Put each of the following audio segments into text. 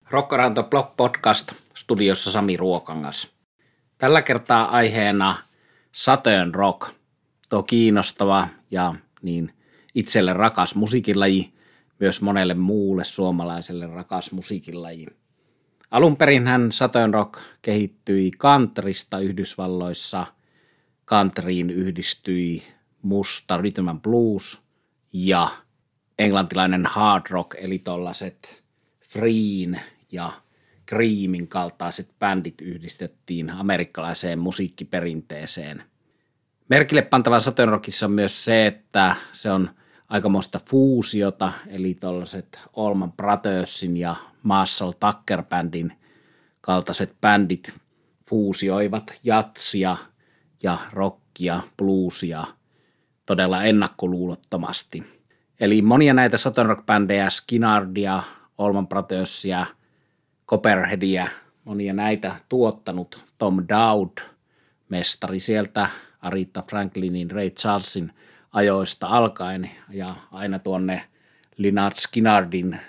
Rock Around the Block podcast, studiossa Sami Ruokangas. Tällä kertaa aiheena Southern Rock, tuo kiinnostava ja niin itselle rakas musiikinlaji, myös monelle muulle suomalaiselle rakas musiikinlaji. Alun perinhän Southern Rock kehittyi countrysta Yhdysvalloissa. Countryin yhdistyi musta rhythm and blues ja englantilainen hard rock, eli tollaset Freen ja Creamin kaltaiset bändit yhdistettiin amerikkalaiseen musiikkiperinteeseen. Merkille pantava Southern Rockissa on myös se, että se on aikamoista fuusiota, eli tollaset Allman Brothersin ja Marshall Tucker bändin kaltaiset bändit fuusioivat jatsia ja rockia, bluesia todella ennakkoluulottomasti. Eli monia näitä Southern Rock-bändejä, Skinardia, Allman Brothersia, Copperheadia, monia näitä tuottanut Tom Dowd, mestari sieltä Aretha Franklinin, Ray Charlesin ajoista alkaen ja aina tuonne Lynyrd Skynardin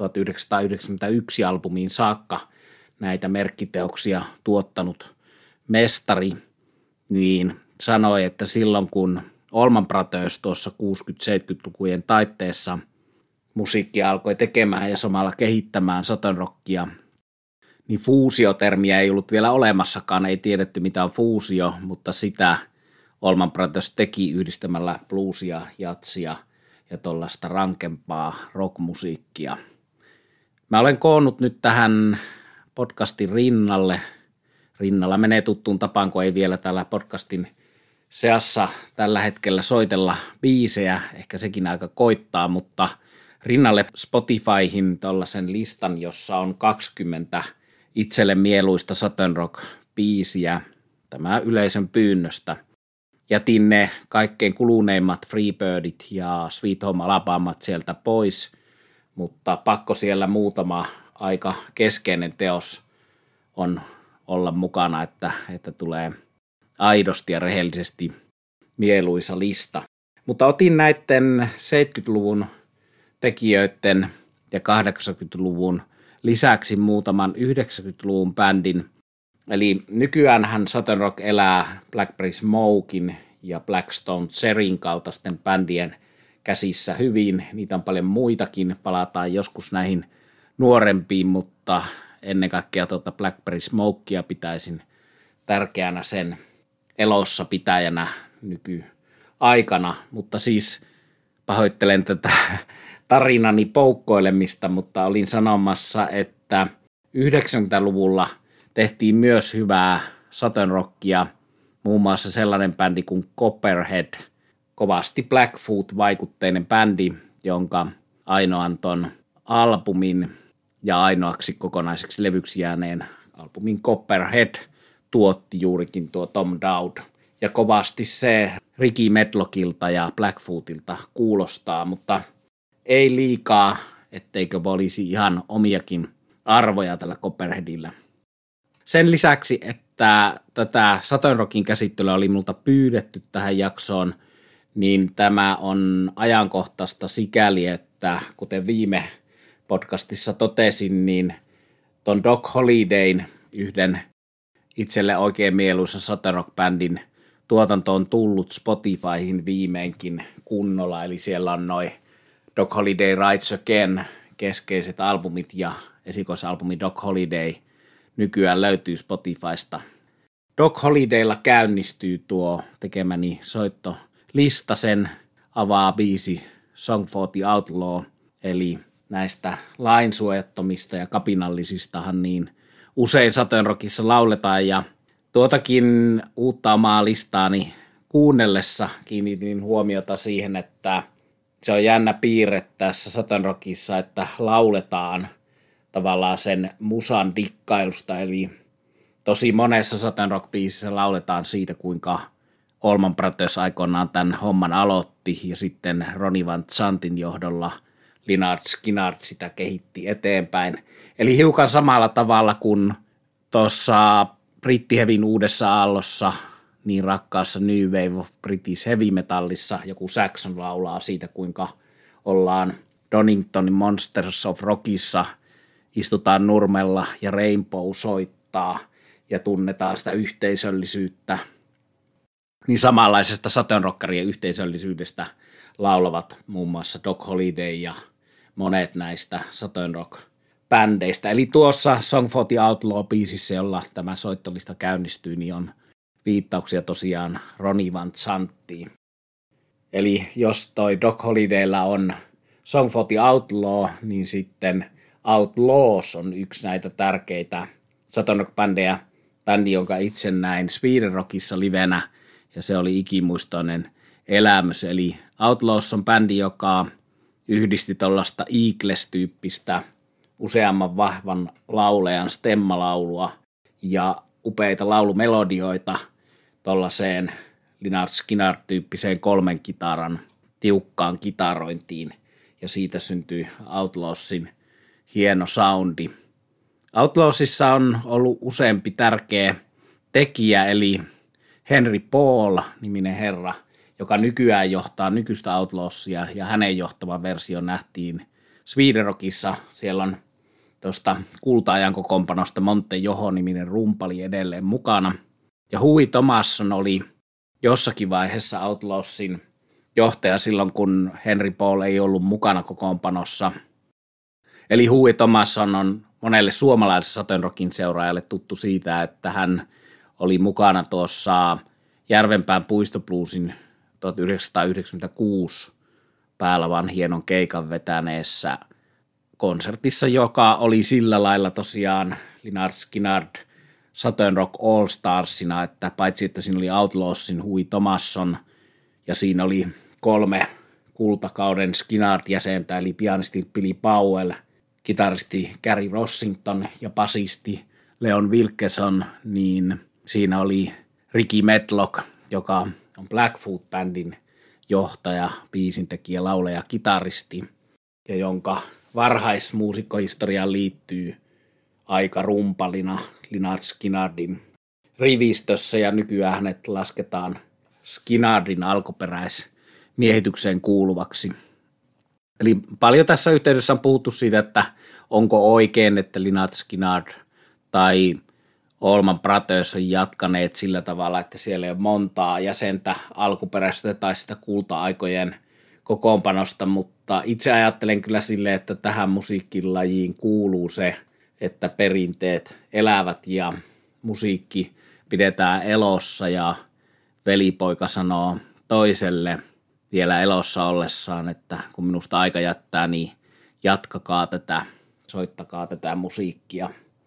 1991 albumiin saakka näitä merkkiteoksia tuottanut mestari, niin sanoi, että silloin kun Allman Brothers tuossa 60-70-lukujen taitteessa musiikkia alkoi tekemään ja samalla kehittämään Southern Rockia, niin fuusiotermiä ei ollut vielä olemassakaan, ei tiedetty mitä on fuusio, mutta sitä Allman Brothers teki yhdistämällä bluesia, jatsia ja tuollaista rankempaa rockmusiikkia. Mä olen koonnut nyt tähän podcastin rinnalla menee tuttuun tapaan, kun ei vielä täällä podcastin seassa tällä hetkellä soitella biisejä, ehkä sekin aika koittaa, mutta rinnalle Spotifyhin tuollaisen listan, jossa on 20 itselle mieluista Southern Rock-biisiä, tämä yleisön pyynnöstä. Jätin ne kaikkein kuluneimmat Freebirdit ja Sweet Home Alabamat sieltä pois, mutta pakko siellä muutama aika keskeinen teos on olla mukana, että tulee aidosti ja rehellisesti mieluisa lista. Mutta otin näiden 70-luvun tekijöiden ja 80-luvun lisäksi muutaman 90-luvun bändin. Eli nykyäänhän Southern Rock elää Blackberry Smokein ja Black Stone Cherryn kaltaisten bändien käsissä hyvin. Niitä on paljon muitakin. Palataan joskus näihin nuorempiin, mutta ennen kaikkea Blackberry Smokea pitäisin tärkeänä sen elossa pitäjänä nykyaikana. Mutta siis pahoittelen tätä tarinani poukkoilemista, mutta olin sanomassa, että 90-luvulla tehtiin myös hyvää Southern Rockia, muun muassa sellainen bändi kuin Copperhead, kovasti Blackfoot-vaikutteinen bändi, jonka ainoan ton albumin ja ainoaksi kokonaiseksi levyksi jääneen albumin Copperhead tuotti juurikin tuo Tom Dowd. Ja kovasti se Ricky Medlockilta ja Blackfootilta kuulostaa, mutta ei liikaa, etteikö olisi ihan omiakin arvoja tällä Copperheadillä. Sen lisäksi, että tätä Southern Rockin käsittelyä oli multa pyydetty tähän jaksoon, niin tämä on ajankohtaista sikäli, että kuten viime podcastissa totesin, niin ton Doc Holliday'n yhden itselle oikein mieluisen Southern Rock-bändin tuotanto on tullut Spotifyhin viimeinkin kunnolla, eli siellä on noi Doc Holliday Rides Again keskeiset albumit ja esikoisalbumi Doc Holliday nykyään löytyy Spotifysta. Doc Hollidaylla käynnistyy tuo tekemäni soittolista, sen avaa biisi Song for the Outlaw, eli näistä lainsuojattomista ja kapinallisistahan niin usein Southern Rockissa lauletaan, ja tuotakin uutta omaa listaani kuunnellessa kiinnitin huomiota siihen, että se on jännä piirre tässä Southern Rockissa, että lauletaan tavallaan sen musan dikkailusta, eli tosi monessa Southern Rock-biisissä lauletaan siitä, kuinka Allman Brothers aikoinaan tämän homman aloitti, ja sitten Ronnie Van Zantin johdolla Lynyrd Skynyrd sitä kehitti eteenpäin. Eli hiukan samalla tavalla kuin tuossa brittihevin uudessa aallossa, niin rakkaassa New Wave of British Heavy Metallissa joku Saxon laulaa siitä, kuinka ollaan Doningtonin Monsters of Rockissa istutaan nurmella ja Rainbow soittaa ja tunnetaan sitä yhteisöllisyyttä. Niin samanlaisesta Saturn Rockerien yhteisöllisyydestä laulavat muun muassa Doc Holliday ja monet näistä Saturn Rock-bändeistä. Eli tuossa Song for the Outlaw-biisissä, jolla tämä soittolista käynnistyy, niin on viittauksia tosiaan Ronnie Van Zanttiin. Eli jos toi Doc Hollidaylla on Song for the Outlaw, niin sitten Outlaws on yksi näitä tärkeitä Saturn Rock-bändejä, bändi, jonka itse näin Sweden Rockissa livenä, ja se oli ikimuistoinen elämys. Eli Outlaws on bändi, joka yhdisti tuollaista Eagles-tyyppistä useamman vahvan laulejan stemmalaulua ja upeita laulumelodioita tuollaiseen Lynyrd Skynyrd-tyyppiseen 3 kitaran tiukkaan kitarointiin, ja siitä syntyi Outlawsin hieno soundi. Outlawsissa on ollut useampi tärkeä tekijä, eli Henry Paul-niminen herra, joka nykyään johtaa nykyistä Outlawsia, ja hänen johtava versio nähtiin Sweden Rockissa. Siellä on tuosta kulta-ajan kokoonpanosta Monte Joho-niminen rumpali edelleen mukana. Ja Huey Thomasson oli jossakin vaiheessa Outlawsin johtaja silloin, kun Henry Paul ei ollut mukana kokoonpanossa. Eli Huey Thomasson on monelle suomalaiselle Saturn Rockin seuraajalle tuttu siitä, että hän oli mukana tuossa Järvenpään puistobluesin 1996 Päälavan hienon keikan vetäneessä konsertissa, joka oli sillä lailla tosiaan Lynyrd Skynyrd Saturn Rock All Starsina, että paitsi että siinä oli Outlawsin Huey Thomasson ja siinä oli 3 kultakauden Skynyrd-jäsentä, eli pianisti Billy Powell, kitaristi Gary Rossington ja basisti Leon Wilkeson, niin siinä oli Ricky Medlock, joka on Blackfoot-bändin johtaja, biisintekijä, lauleja, kitaristi, ja jonka varhaismuusikkohistoriaan liittyy aika rumpalina Lynyrd Skynyrdin rivistössä, ja nykyään hänet lasketaan Skynyrdin alkuperäismiehitykseen kuuluvaksi. Eli paljon tässä yhteydessä on puhuttu siitä, että onko oikein, että Lynyrd Skynyrd tai Allman Brothers on jatkaneet sillä tavalla, että siellä ei ole montaa jäsentä alkuperäistä tai sitä kulta-aikojen kokoonpanosta, mutta itse ajattelen kyllä silleen, että tähän musiikkilajiin kuuluu se, että perinteet elävät ja musiikki pidetään elossa, ja velipoika sanoo toiselle vielä elossa ollessaan, että kun minusta aika jättää, niin jatkakaa tätä, soittakaa tätä musiikkia.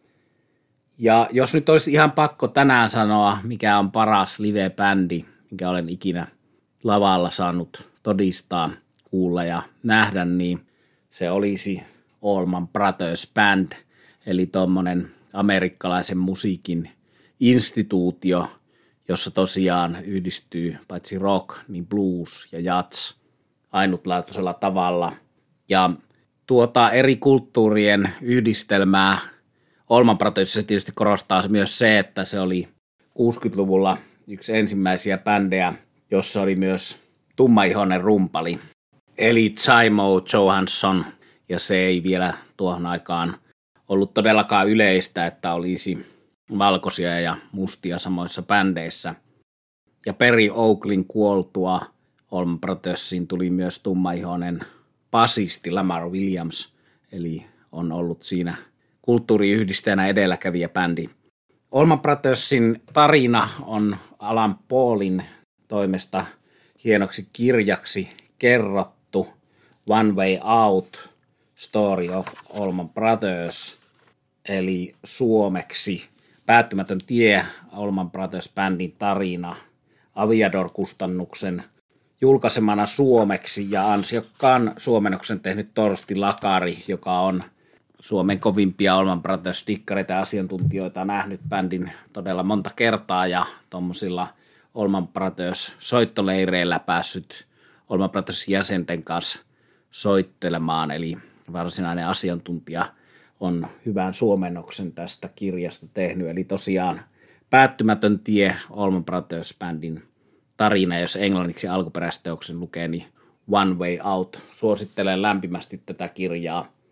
Ja jos nyt olisi ihan pakko tänään sanoa, mikä on paras live-bändi, minkä olen ikinä lavalla saanut todistaa, kuulla ja nähdä, niin se olisi Allman Brothers Band, eli tuommoinen amerikkalaisen musiikin instituutio, jossa tosiaan yhdistyy paitsi rock, niin blues ja jazz ainutlaatuisella tavalla. Ja tuota eri kulttuurien yhdistelmää Allman Brothersissa tietysti korostaa myös se, että se oli 60-luvulla yksi ensimmäisiä bändejä, jossa oli myös tummaihoinen rumpali, eli Timo Johansson, ja se ei vielä tuohon aikaan ollut todellakaan yleistä, että olisi valkoisia ja mustia samoissa bändeissä. Ja Perry Oaklin kuoltua Allman Brothersiin tuli myös tummaihoinen basisti Lamar Williams, eli on ollut siinä kulttuuriyhdisteenä edelläkävijä bändi. Allman Brothersin tarina on Alan Paulin toimesta hienoksi kirjaksi kerrottu One Way Out, Story of Allman Brothers, eli suomeksi Päättymätön tie, Allman Brothers-bändin tarina, Aviador-kustannuksen julkaisemana suomeksi, ja ansiokkaan suomennoksen tehnyt Torsti Lakari, joka on Suomen kovimpia Allman Brothers-dikkareita ja asiantuntijoita, nähnyt bändin todella monta kertaa ja tuommoisilla Allman Brothers-soittoleireillä päässyt Allman Brothers-jäsenten kanssa soittelemaan, eli varsinainen asiantuntija on hyvän suomennoksen tästä kirjasta tehnyt, eli tosiaan Päättymätön tie, Allman Brothers-bändin tarina, jos englanniksi alkuperäisteoksen lukee, niin One Way Out. Suosittelen lämpimästi tätä kirjaa.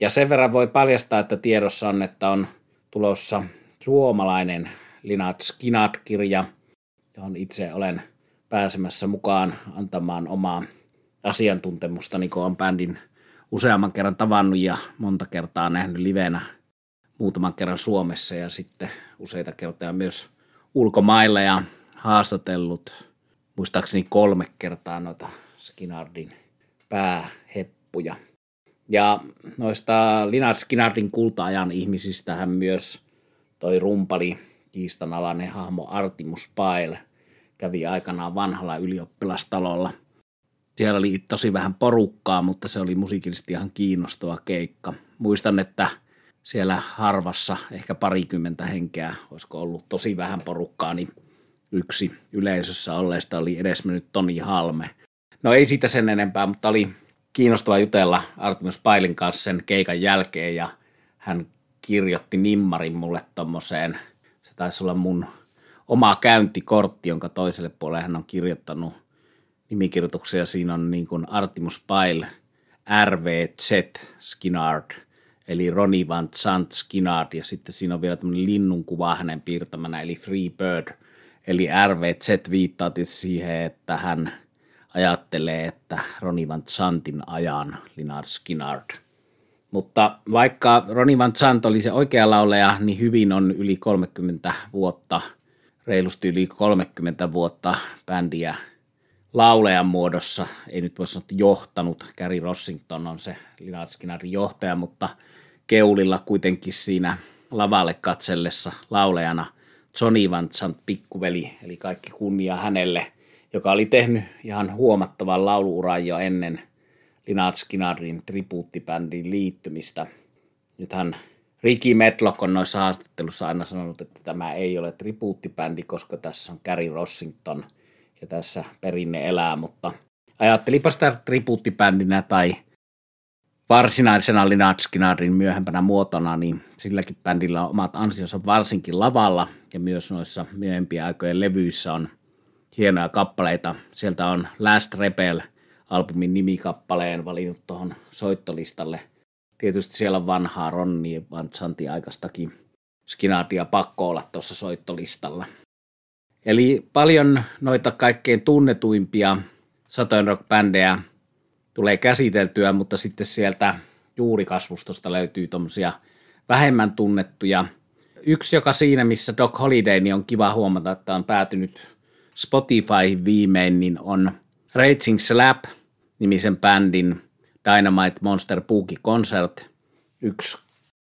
Ja sen verran voi paljastaa, että tiedossa on, että on tulossa suomalainen Lynyrd Skynyrd-kirja, johon itse olen pääsemässä mukaan antamaan omaa asiantuntemustani, kun olen bändin useamman kerran tavannut ja monta kertaa nähnyt livenä, muutaman kerran Suomessa ja sitten useita kertaa myös ulkomailla ja haastatellut muistaakseni 3 kertaa noita Skynyrdin pääheppuja. Ja noista Lynyrd Skynyrdin kulta-ajan ihmisistä hän myös toi rumpali, kiistanalainen hahmo Artemus Pyle kävi aikanaan vanhalla ylioppilastalolla. Siellä oli tosi vähän porukkaa, mutta se oli musiikillisesti ihan kiinnostava keikka. Muistan, että siellä harvassa, ehkä 20 henkeä, olisiko ollut tosi vähän porukkaa, niin yksi yleisössä olleista oli edesmennyt Toni Halme. No ei siitä sen enempää, mutta oli kiinnostava jutella Artemus Pylin kanssa sen keikan jälkeen ja hän kirjoitti nimmarin mulle tommoseen. Se taisi olla mun oma käyntikortti, jonka toiselle puolelle hän on kirjoittanut nimikirjoituksia. Siinä on niin kuin Artemus Pyle RVZ Skynyrd, eli Ronnie Van Zant Skynyrd, ja sitten siinä on vielä tämmöinen linnunkuva hänen piirtämänä, eli Free Bird. Eli RVZ viittaa tietysti siihen, että hän ajattelee, että Ronnie Van Zantin ajan Lynyrd Skynyrd. Mutta vaikka Ronnie Van Zant oli se oikea lauleja, niin hyvin on yli 30 vuotta, reilusti yli 30 vuotta bändiä laulejan muodossa. Ei nyt voi sanoa, että johtanut. Gary Rossington on se Lynyrd Skynyrdin johtaja, mutta keulilla kuitenkin siinä lavalle katsellessa laulajana Johnny Van Zant pikkuveli, eli kaikki kunnia hänelle, joka oli tehnyt ihan huomattavan lauluuran jo ennen Lynyrd Skynyrdin tribuuttibändiin liittymistä. Nythän Ricky Medlock on noissa haastattelussa aina sanonut, että tämä ei ole tribuuttibändi, koska tässä on Gary Rossington ja tässä perinne elää, mutta ajattelipa sitä tribuuttibändinä tai varsinaisena Lynyrd Skynyrdin myöhempänä muotona, niin silläkin bändillä on omat ansionsa varsinkin lavalla ja myös noissa myöhempien aikojen levyissä on hienoja kappaleita. Sieltä on Last Rebel-albumin nimikappaleen valinnut tuohon soittolistalle. Tietysti siellä on vanhaa Ronnie Van Zantin aikaistakin Skynyrdia pakko olla tuossa soittolistalla. Eli paljon noita kaikkein tunnetuimpia Southern Rock-bändejä tulee käsiteltyä, mutta sitten sieltä juurikasvustosta löytyy tommosia vähemmän tunnettuja. Yksi, joka siinä, missä Doc Holliday, niin on kiva huomata, että on päätynyt Spotifyhin viimein, niin on Raging Slab-nimisen bändin Dynamite Monster Boogie Concert. Yksi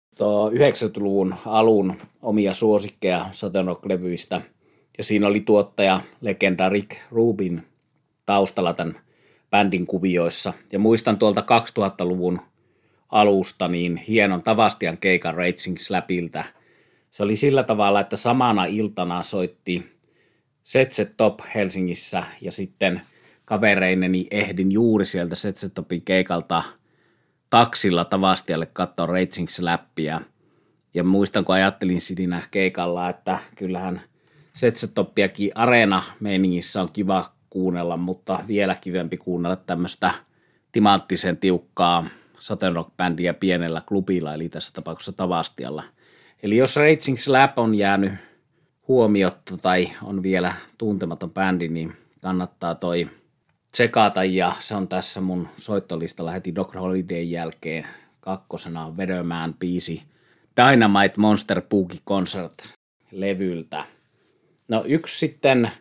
90-luvun alun omia suosikkeja Southern Rock-levyistä. Ja siinä oli tuottaja legenda Rick Rubin taustalla tämän bändin kuvioissa. Ja muistan tuolta 2000-luvun alusta niin hienon Tavastian keikan Raging Slabiltä. Se oli sillä tavalla, että samana iltana soitti Setset Top Helsingissä ja sitten kavereineni ehdin juuri sieltä Setset Topin keikalta taksilla Tavastialle katsoa Raging Slabia. Ja muistan, kun ajattelin siinä keikalla, että kyllähän Setset Topiakin areena-meiningissä on kiva kuunnella, mutta vielä kivempi kuunnella tämmöistä timanttisen tiukkaa Southern Rock-bändiä pienellä klubilla, eli tässä tapauksessa Tavastialla. Eli jos Raging Slab on jäänyt huomiotta tai on vielä tuntematon bändi, niin kannattaa toi tsekata, ja se on tässä mun soittolistalla heti Doc Hollidayn jälkeen. Kakkosena on Vedömään biisi Dynamite Monster Boogie Concert -levyltä. No yksi sitten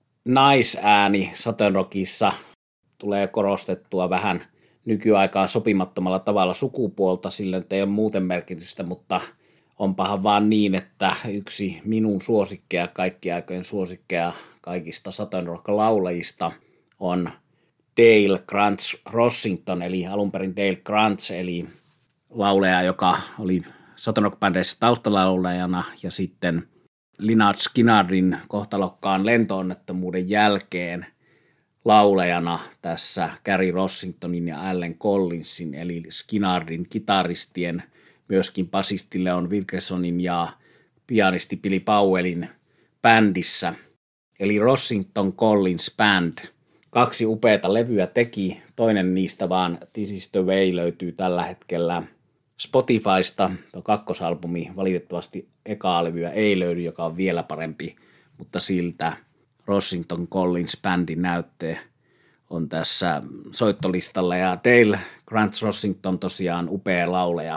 naisääni Southern Rockissa tulee korostettua vähän nykyaikaan sopimattomalla tavalla sukupuolta, sillä nyt ei ole muuten merkitystä, mutta onpahan vaan niin, että yksi minun suosikkeja, kaikki aikojen suosikkeja kaikista Southern Rock-laulajista on Dale Crunch Rossington, eli alunperin Dale Crunch, eli laulaja, joka oli Southern Rock-bändeissä taustalaulajana ja sitten Lynyrd Skynyrdin kohtalokkaan lentoonnettomuuden jälkeen laulajana tässä Gary Rossingtonin ja Allen Collinsin, eli Skynyrdin kitaristien, myöskin basisti Leon Wilkesonin ja pianisti Billy Powellin bändissä, eli Rossington Collins Band. 2 upeata levyä teki, toinen niistä vaan This is the Way löytyy tällä hetkellä Spotifysta tuo kakkosalbumi, valitettavasti ekaa levyä ei löydy, joka on vielä parempi, mutta siltä Rossington Collins bändin näytte on tässä soittolistalla ja Dale Grant Rossington tosiaan upea lauleja.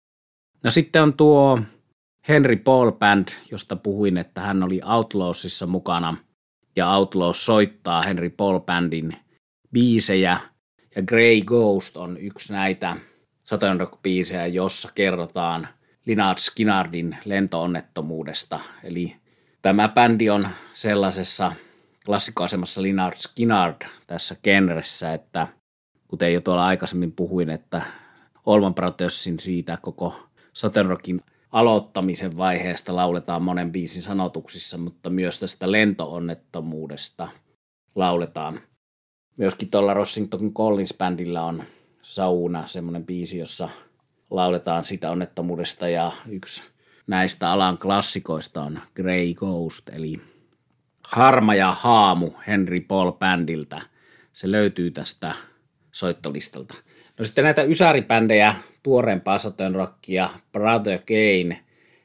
No sitten on tuo Henry Paul Band, josta puhuin, että hän oli Outlawsissa mukana ja Outlaws soittaa Henry Paul Bandin biisejä ja Grey Ghost on yksi näitä Southern Rock-biisejä, jossa kerrotaan Lynyrd Skynyrdin lentoonnettomuudesta. Eli tämä bändi on sellaisessa klassikkoasemassa Lynyrd Skynyrd tässä genressä, että kuten jo tuolla aikaisemmin puhuin, että Allman Brothersin siitä koko Southern Rockin aloittamisen vaiheesta lauletaan monen biisin sanotuksissa, mutta myös tästä lentoonnettomuudesta lauletaan. Myöskin tuolla Rossington Collins bändillä on Sauna, semmoinen biisi, jossa lauletaan sitä onnettomuudesta ja yksi näistä alan klassikoista on Grey Ghost, eli Harma ja haamu Henry Paul Bandilta. Se löytyy tästä soittolistalta. No sitten näitä ysäribändejä, tuoreempaa Southern Rockia, Brother Kane,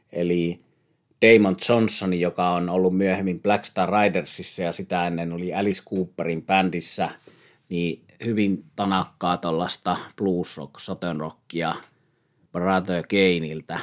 eli Damon Johnson, joka on ollut myöhemmin Black Star Ridersissa ja sitä ennen oli Alice Cooperin bändissä, niin hyvin tanakkaa tuollaista blues rock, Southern Rockia Brother Kaneiltä.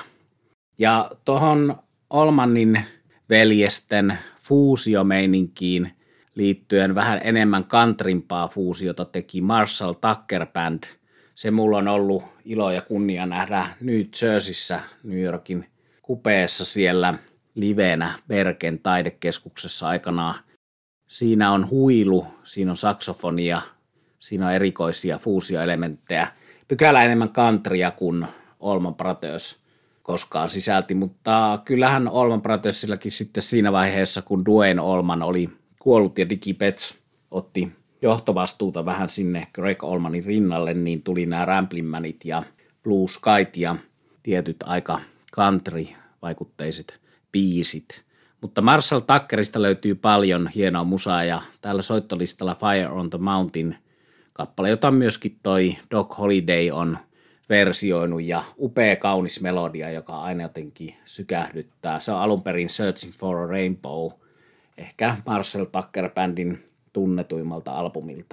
Ja tuohon Allmanin veljesten fuusiomeininkiin liittyen vähän enemmän countrympaa fuusiota teki Marshall Tucker Band. Se mulla on ollut ilo ja kunnia nähdä New Jerseyssä, New Yorkin kupeessa siellä livenä Bergen taidekeskuksessa aikanaan. Siinä on huilu, siinä on saksofonia, siinä on erikoisia fuusioelementtejä. Pykälä enemmän countrya kuin Allman Brothers koskaan sisälti, mutta kyllähän Allman Brothersillakin sitten siinä vaiheessa, kun Duane Allman oli kuollut ja Dickie Betts otti johtovastuuta vähän sinne Greg Allmanin rinnalle, niin tuli nämä Ramblin' ja Blue Skyt ja tietyt aika country-vaikutteiset biisit. Mutta Marshall Tuckerista löytyy paljon hienoa musaa ja täällä soittolistalla Fire on the Mountain kappale, jota myöskin toi Doc Holliday on versioinut ja upea kaunis melodia, joka aina jotenkin sykähdyttää. Se on alun perin Searching for a Rainbow, ehkä Marshall Tucker Bandin tunnetuimmalta albumilta.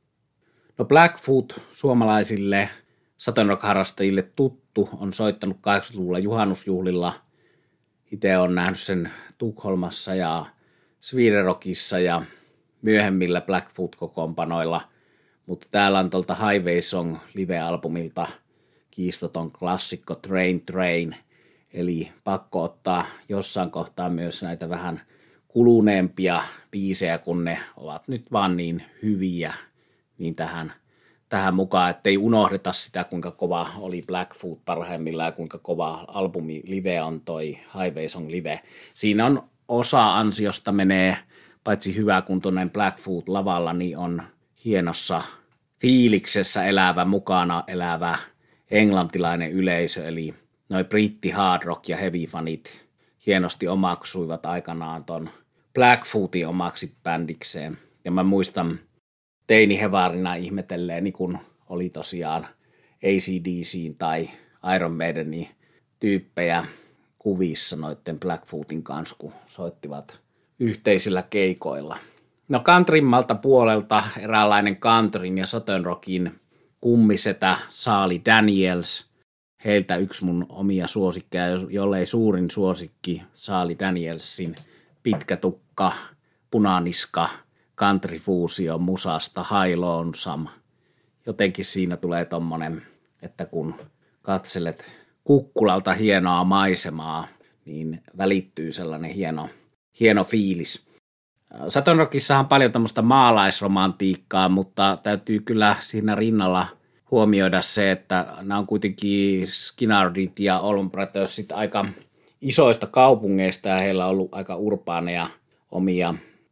No Blackfoot suomalaisille Southern Rock-harrastajille tuttu, on soittanut 80-luvulla juhannusjuhlilla. Itse olen nähnyt sen Tukholmassa ja Sweden Rockissa ja myöhemmillä Blackfoot-kokoonpanoilla, mutta täällä on tuolta Highway Song live-albumilta kiistaton klassikko Train Train, eli pakko ottaa jossain kohtaa myös näitä vähän kuluneempia biisejä, kun ne ovat nyt vaan niin hyviä, niin tähän mukaan, ettei unohdeta sitä, kuinka kova oli Blackfoot parhaimmillaan ja kuinka kova albumi live on toi Highway Song live. Siinä on osa ansiosta menee, paitsi hyväkuntoinen Blackfoot lavalla, niin on hienossa fiiliksessä mukana elävä englantilainen yleisö, eli noi britti hard rock ja heavy fanit hienosti omaksuivat aikanaan ton Blackfootin omaksi bändikseen. Ja mä muistan teinihevaarina ihmetelleen, niin kun oli tosiaan AC/DC:n tai Iron Maidenin tyyppejä kuvissa noitten Blackfootin kanssa, kun soittivat yhteisillä keikoilla. No countrymmalta puolelta eräänlainen countryn ja Southern Rockin kummisetä Charlie Daniels. Heiltä yksi mun omia suosikkeja, jollei suurin suosikki, Charlie Danielsin pitkä tukka, punaniska, country-fuusio musasta High Lonesome. Jotenkin siinä tulee tommonen, että kun katselet kukkulalta hienoa maisemaa, niin välittyy sellainen hieno fiilis. Southern Rockissa on paljon tämmöistä maalaisromantiikkaa, mutta täytyy kyllä siinä rinnalla huomioida se, että nämä on kuitenkin Skynyrdit ja Allman Brothersit aika isoista kaupungeista ja heillä on ollut aika urbaaneja omia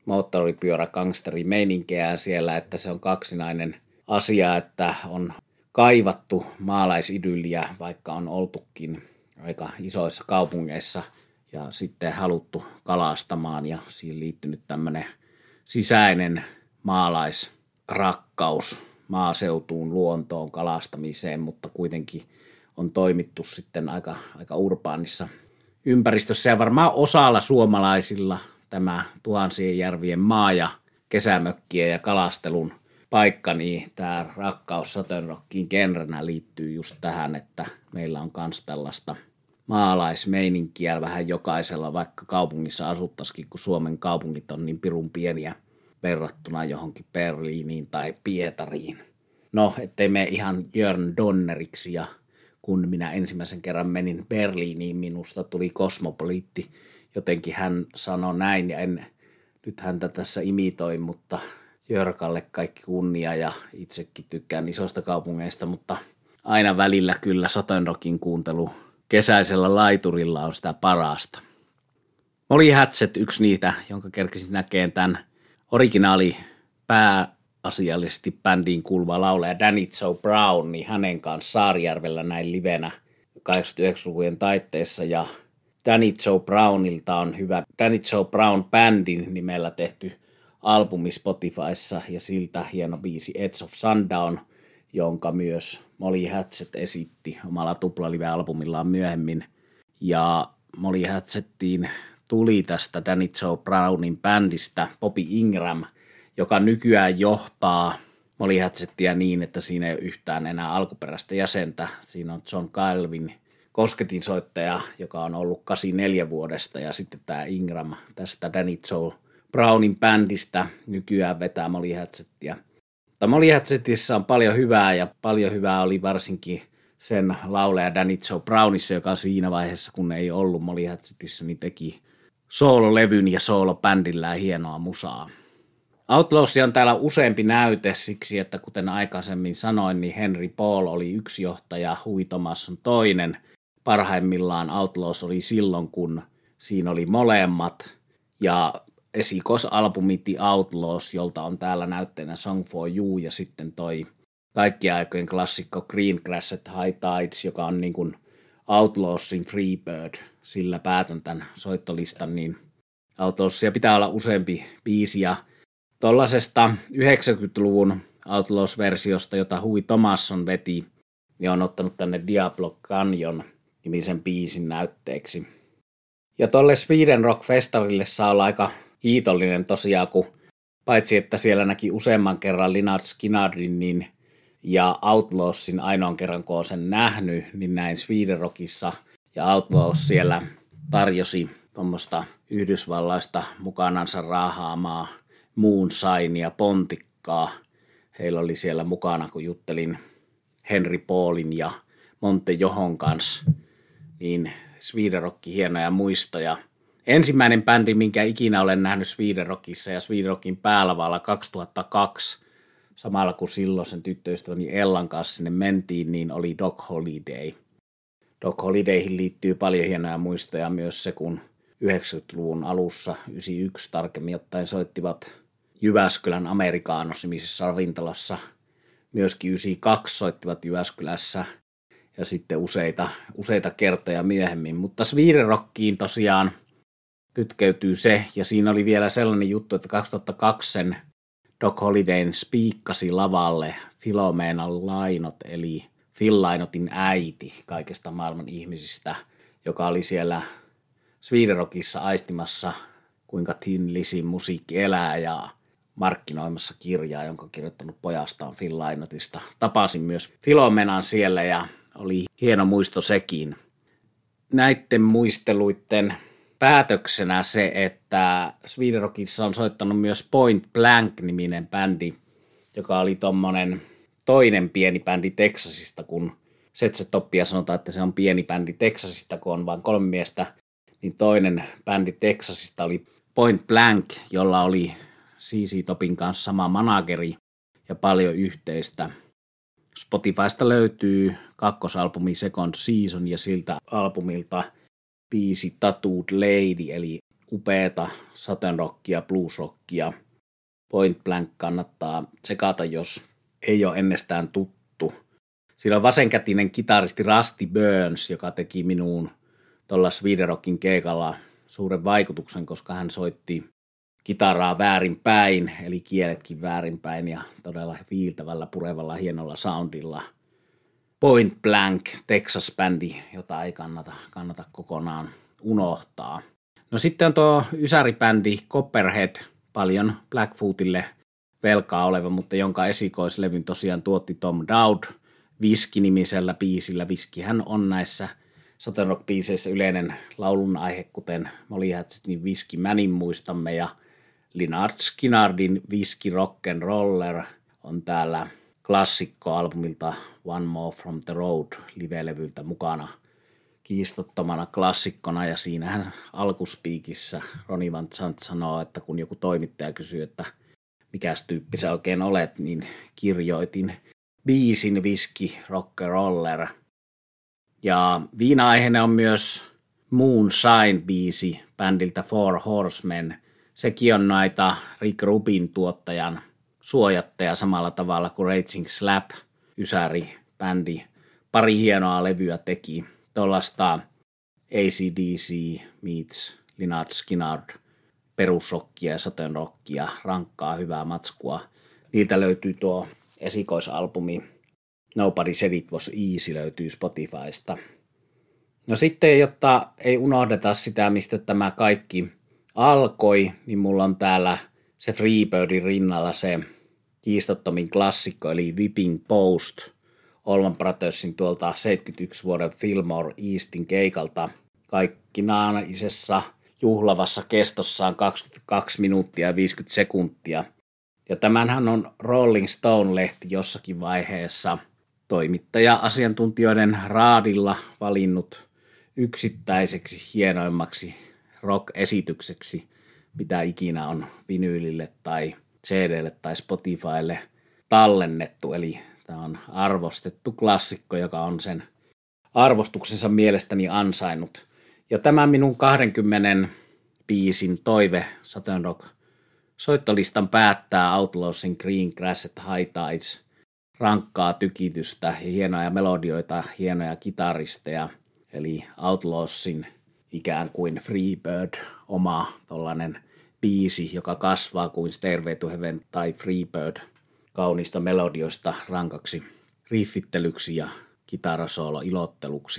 moottoripyörägangsterimeininkiä siellä, että se on kaksinainen asia, että on kaivattu maalaisidylliä, vaikka on oltukin aika isoissa kaupungeissa ja sitten haluttu kalastamaan ja siihen liittynyt tämmöinen sisäinen maalaisrakkaus maaseutuun, luontoon, kalastamiseen, mutta kuitenkin on toimittu sitten aika urbaanissa ympäristössä. Ja varmaan osalla suomalaisilla tämä tuhansien järvien maa ja kesämökkien ja kalastelun paikka, niin tämä rakkaus Southern Rockiin genrenä liittyy just tähän, että meillä on myös tällaista maalaismeininkiä vähän jokaisella, vaikka kaupungissa asuttaisikin, kun Suomen kaupungit on niin pirun pieniä verrattuna johonkin Berliiniin tai Pietariin. No, ettei mene ihan Jörn Donneriksi, ja kun minä ensimmäisen kerran menin Berliiniin, minusta tuli kosmopoliitti. Jotenkin hän sanoi näin, ja en nyt häntä tässä imitoi, mutta Jörkalle kaikki kunnia, ja itsekin tykkään isoista kaupungeista, mutta aina välillä kyllä Southern Rockin kuuntelu kesäisellä laiturilla on sitä parasta. Molly Hatchet yksi niitä, jonka kerkisin näkeen tämän originaali pääasiallisesti bändiin kuuluva laulaja Danny Joe Brown, niin hänen kanssa Saarijärvellä näin livenä 89-lukujen taitteessa, ja Danny Joe Brownilta on hyvä Danny Joe Brown Bandin nimellä tehty albumi Spotifyssa, ja siltä hieno biisi Edge of Sundown, jonka myös Molly Hatchet esitti omalla tuplalive-albumillaan myöhemmin. Ja Molly Hatchettiin tuli tästä Danny Joe Brownin bändistä Bobby Ingram, joka nykyään johtaa Molly Hatchettia niin, että siinä ei ole yhtään enää alkuperäistä jäsentä. Siinä on John Calvin kosketinsoittaja, joka on ollut 84 vuodesta, ja sitten tämä Ingram tästä Danny Joe Brownin bändistä nykyään vetää Molly Hatchettia. Mutta Molly Hatchetissa on paljon hyvää, ja paljon hyvää oli varsinkin sen laulaja Danny Joe Brownissa, joka siinä vaiheessa, kun ei ollut Molly Hatchetissa, niin teki soololevyn ja soolobändillään hienoa musaa. Outlawsia on täällä useampi näyte siksi, että kuten aikaisemmin sanoin, niin Henry Paul oli yksi johtaja, Huey Thomas on toinen. Parhaimmillaan Outlaws oli silloin, kun siinä oli molemmat, ja esikoisalbumi The Outlaws, jolta on täällä näytteenä Song for You, ja sitten toi kaikkien aikojen klassikko Green Grass at High Tides, joka on niin kuin Outlawsin Freebird. Sillä päätän tämän soittolistan, niin Outlawsia pitää olla useampi biisi, ja tuollaisesta 90-luvun Outlaws-versiosta, jota Huey Thomason veti, niin on ottanut tänne Diablo Canyon nimisen biisin näytteeksi. Ja tuolle Sweden Rock Festivalille saa olla aika kiitollinen tosiaan, kun paitsi että siellä näki useamman kerran Lynyrd Skynyrdin niin, ja Outlawsin ainoan kerran, kun olen sen nähnyt, niin näin Sweden Rockissa, ja Outlaws siellä tarjosi tuommoista Yhdysvalloista mukanansa raahaamaa moonshinea, pontikkaa. Heillä oli siellä mukana, kun juttelin Henry Paulin ja Monte Johon kanssa, niin Sweden Rockin hienoja muistoja. Ensimmäinen bändi, minkä ikinä olen nähnyt Sweden Rockissa ja Sweden Rockin päälavalla 2002, samalla kun silloin sen tyttöystäväni Ellan kanssa sinne mentiin, niin oli Doc Holiday. Doc Holidayhin liittyy paljon hienoja muistoja myös se, kun 90-luvun alussa, 91 tarkemmin ottaen, soittivat Jyväskylän Americaanos-nimisessä ravintolassa. Myöskin 92 soittivat Jyväskylässä ja sitten useita kertoja myöhemmin. Mutta Sweden Rockiin tosiaan kytkeytyy se, ja siinä oli vielä sellainen juttu, että 2002 sen Doc Holidayn spiikkasi lavalle Philomena Lainot, eli Phil Lainotin äiti kaikesta maailman ihmisistä, joka oli siellä Sweden Rockissa aistimassa, kuinka Thin Lizzy musiikki elää, ja markkinoimassa kirjaa, jonka on kirjoittanut pojastaan Phil Lainotista. Tapasin myös Philomenan siellä, ja oli hieno muisto sekin. Näiden muisteluiden päätöksenä se, että Sweden Rockissa on soittanut myös Point Blank-niminen bändi, joka oli tommonen toinen pieni bändi Texasista, kun Setsetopia sanotaan, että se on pieni bändi Texasista, kun on vain 3 miestä, niin toinen bändi Texasista oli Point Blank, jolla oli CC Topin kanssa sama manageri ja paljon yhteistä. Spotifysta löytyy kakkosalbumi Second Season ja siltä albumilta biisi Tattooed Lady, eli upeata Southern Rockia, blues rockia. Point Blank kannattaa tsekata, jos ei ole ennestään tuttu. Siinä on vasenkätinen kitaristi Rusty Burns, joka teki minuun tuolla Sweden Rockin keikalla suuren vaikutuksen, koska hän soitti kitaraa väärinpäin, eli kieletkin väärinpäin, ja todella viiltävällä, purevalla, hienolla soundilla. Point Blank, Texas-bändi, jota ei kannata kokonaan unohtaa. No sitten on tuo ysäribändi Copperhead, paljon Blackfootille velkaa oleva, mutta jonka esikoislevyn tosiaan tuotti Tom Dowd Whiskey-nimisellä biisillä. Whiskeyhän on näissä Southern Rock-biiseissä yleinen laulun aihe, kuten Molly Hatchetin Whiskey Manin muistamme, ja Lynyrd Skynyrdin Whiskey Rock'n'Roller on täällä klassikkoalbumilta One More from the Road live-levyltä mukana kiistottomana klassikkona, ja siinähän alkuspiikissä Ronnie Van Zant sanoo, että kun joku toimittaja kysyy, että mikäs tyyppi sä oikein olet, niin kirjoitin biisin Whiskey Rock'n'Roller. Ja viina-aiheena on myös Moonshine-biisi bändiltä Four Horsemen. Sekin on näitä Rick Rubin tuottajan suojatteja samalla tavalla kuin Raging Slab, ysäri-bändi. Pari hienoa levyä teki. Tuollaista AC/DC meets Lynyrd Skynyrd, perusrockia ja Southern rockia, rankkaa hyvää matskua. Niiltä löytyy tuo esikoisalbumi Nobody Said It Was Easy, löytyy Spotifysta. No sitten, jotta ei unohdeta sitä, mistä tämä kaikki alkoi, niin mulla on täällä se Freebirdin rinnalla se kiistottomin klassikko, eli Whipping Post, Allman Brothersin tuolta 71 vuoden Fillmore Eastin keikalta kaikkinaisessa juhlavassa kestossaan 22 minuuttia ja 50 sekuntia. Ja tämänhän on Rolling Stone-lehti jossakin vaiheessa toimittaja-asiantuntijoiden raadilla valinnut yksittäiseksi hienoimmaksi rock-esitykseksi, mitä ikinä on vinyylille tai CDlle tai Spotifylle tallennettu. Eli tämä on arvostettu klassikko, joka on sen arvostuksensa mielestäni ansainnut. Ja tämä minun 20 biisin toive Southern Rock soittolistan päättää Outlawsin Green Grass at High Tides, rankkaa tykitystä ja hienoja melodioita, hienoja kitaristeja, eli Outlawsin ikään kuin Freebird, oma tollainen biisi, joka kasvaa kuin Stairway to Heaven tai Freebird, kauniista melodioista rankaksi riffittelyksi ja kitarasoolo ilotteluksi.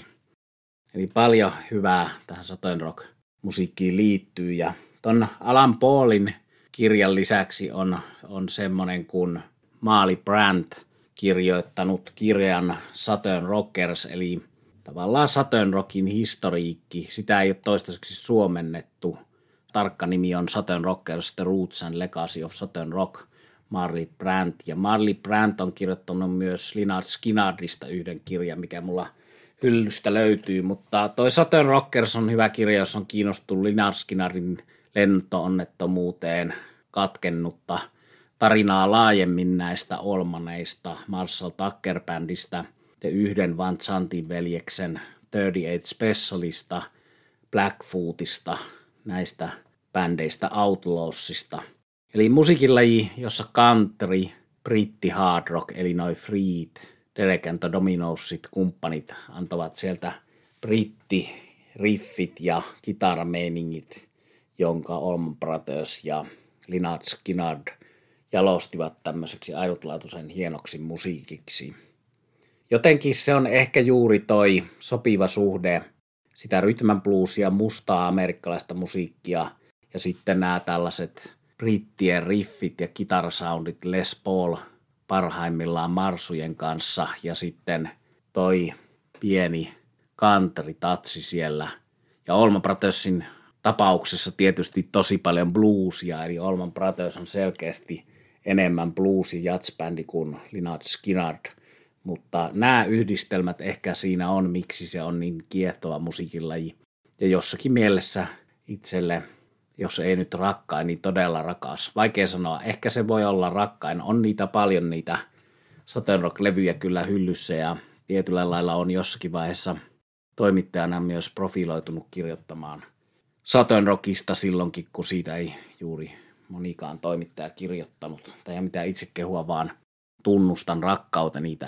Eli paljon hyvää tähän Southern Rock musiikkiin liittyy, ja ton Alan Paulin kirjan lisäksi on semmoinen kuin Marley Brandt kirjoittanut kirjan Southern Rockers, eli tavallaan Southern Rockin historiikki. Sitä ei ole toistaiseksi suomennettu. Tarkka nimi on Southern Rockers, The Roots and Legacy of Southern Rock, Marley Brandt. Ja Marley Brandt on kirjoittanut myös Lynyrd Skynyrdista yhden kirjan, mikä mulla hyllystä löytyy. Mutta toi Southern Rockers on hyvä kirja, jos on kiinnostunut Lynyrd Skynyrdin lento-onnettomuuteen katkennutta tarinaa laajemmin näistä Allmaneista, Marshall Tucker-bändistä ja yhden Van Zantin veljeksen 38 Specialista, Blackfootista, näistä bändeistä Outlawsista. Eli musiikinlaji, jossa country, britti hard rock, eli noi Freed, Derek and the Dominoesit, kumppanit antavat sieltä britti riffit ja kitarameiningit, jonka Allman Brothers ja Lynyrd Skynyrd jalostivat tämmöiseksi ainutlaatuisen hienoksi musiikiksi. Jotenkin se on ehkä juuri toi sopiva suhde sitä rhythm bluesia, mustaa amerikkalaista musiikkia ja sitten nämä tällaiset brittien riffit ja kitarasoundit Les Paul parhaimmillaan marsujen kanssa ja sitten toi pieni country-tatsi siellä. Ja Allman Brothersin tapauksessa tietysti tosi paljon bluesia, eli Allman Brothers on selkeästi enemmän blues- ja jazz-bändi kuin Lynyrd Skynyrd, mutta nämä yhdistelmät ehkä siinä on, miksi se on niin kiehtova musiikinlaji. Ja jossakin mielessä itselle, jos ei nyt rakkain, niin todella rakas. Vaikea sanoa, ehkä se voi olla rakkain. On niitä paljon niitä Southern Rock-levyjä kyllä hyllyssä ja tietyllä lailla on jossakin vaiheessa toimittajana myös profiloitunut kirjoittamaan Southern Rockista silloinkin, kun siitä ei juuri monikaan toimittaja kirjoittanut. Tai mitä itse kehua, vaan tunnustan rakkauteni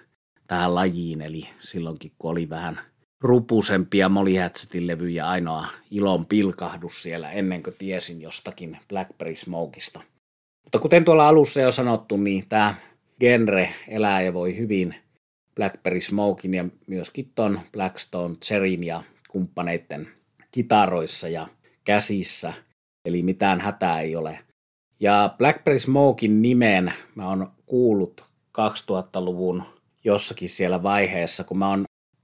tähän lajiin. Eli silloinkin, kun oli vähän rupusempia Molly Hatchetin levyjä, ainoa ilon pilkahdus siellä ennen kuin tiesin jostakin Blackberry Smokeista. Mutta kuten tuolla alussa jo sanottu, niin tämä genre elää ja voi hyvin Blackberry Smokein ja myöskin ton Blackstone Cherryn ja kumppaneiden kitaroissa ja käsissä, eli mitään hätää ei ole. Ja Blackberry Smokein nimen mä oon kuullut 2000-luvun jossakin siellä vaiheessa, kun mä oon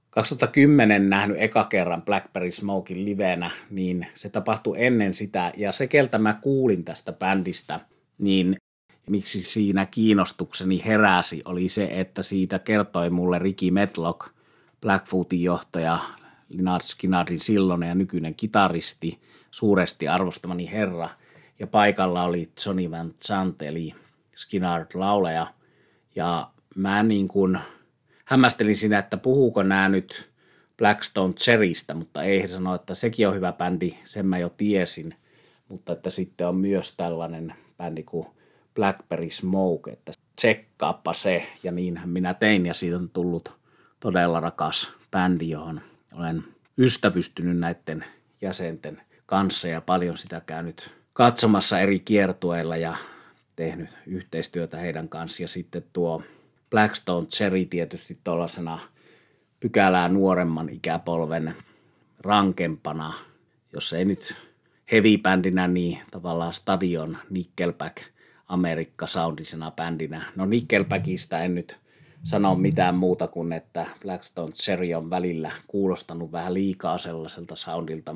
2010 nähnyt eka kerran Blackberry Smokein livenä, niin se tapahtui ennen sitä. Ja se, keltä mä kuulin tästä bändistä, niin miksi siinä kiinnostukseni heräsi, oli se, että siitä kertoi mulle Ricky Medlock, Blackfootin johtaja, Lynyrd Skynyrdin silloinen ja nykyinen kitaristi, suuresti arvostamani herra. Ja paikalla oli Johnny Van Zant, eli Skynyrd laulaja. Ja mä niin kuin hämmästelin siinä, että puhuuko nämä nyt Blackstone Cherrystä, mutta ei, he sanoi, että sekin on hyvä bändi, sen mä jo tiesin. Mutta että sitten on myös tällainen bändi kuin Blackberry Smoke, että tsekkaappa se. Ja niinhän minä tein, ja siitä on tullut todella rakas bändi, johon olen ystävystynyt näiden jäsenten kanssa ja paljon sitä käynyt katsomassa eri kiertueilla ja tehnyt yhteistyötä heidän kanssa. Ja sitten tuo Blackstone Cherry tietysti tuollaisena pykälää nuoremman ikäpolven rankempana, jos ei nyt heavy-bändinä, niin tavallaan Stadion Nickelback Amerikka-soundisena bändinä. No Nickelbackista en nyt sano mitään muuta kuin, että Blackstone Cherry on välillä kuulostanut vähän liikaa sellaiselta soundilta,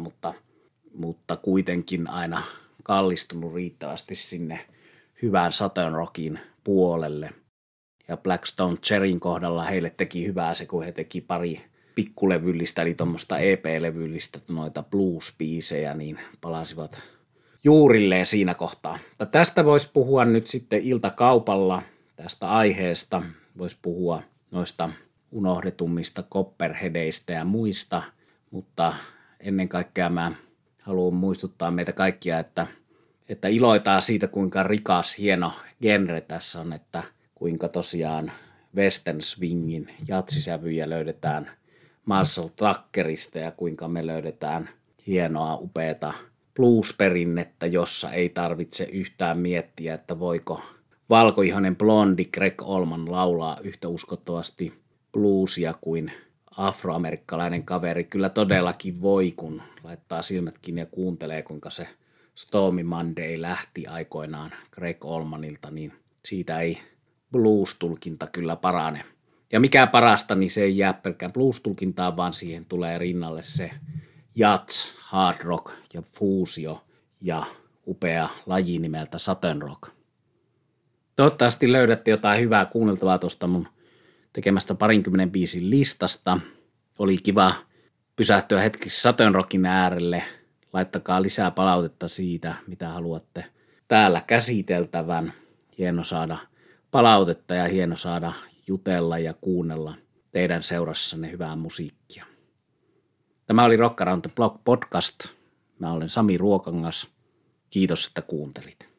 mutta kuitenkin aina kallistunut riittävästi sinne hyvään Southern Rockin puolelle. Ja Blackstone Cherryn kohdalla heille teki hyvää se, kun he teki pari pikkulevyllistä, eli tuommoista EP-levyllistä noita blues-biisejä, niin palasivat juurilleen siinä kohtaa. Ja tästä voisi puhua nyt sitten iltakaupalla tästä aiheesta. Voisi puhua noista unohdetummista Copperheadeista ja muista, mutta ennen kaikkea mä haluan muistuttaa meitä kaikkia, että iloitaan siitä, kuinka rikas, hieno genre tässä on, että kuinka tosiaan western swingin jatsisävyjä löydetään Marshall Tuckerista ja kuinka me löydetään hienoa, upeata blues-perinnettä, jossa ei tarvitse yhtään miettiä, että voiko valkoihoinen blondi Greg Allman laulaa yhtä uskottavasti bluesia kuin afroamerikkalainen kaveri. Kyllä todellakin voi, kun laittaa silmät kiinni ja kuuntelee, kuinka se Stormy Monday lähti aikoinaan Greg Allmanilta, niin siitä ei blues-tulkinta kyllä parane. Ja mikä parasta, niin se ei jää pelkään blues-tulkintaan, vaan siihen tulee rinnalle se jazz, hard rock ja fuusio ja upea laji nimeltä Southern Rock. Toivottavasti löydätte jotain hyvää kuunneltavaa tuosta mun tekemästä 20 biisin listasta. Oli kiva pysähtyä hetkeksi Southern Rockin äärelle. Laittakaa lisää palautetta siitä, mitä haluatte täällä käsiteltävän. Hieno saada palautetta ja hieno saada jutella ja kuunnella teidän seurassanne hyvää musiikkia. Tämä oli Rock Around the Block podcast. Mä olen Sami Ruokangas. Kiitos, että kuuntelit.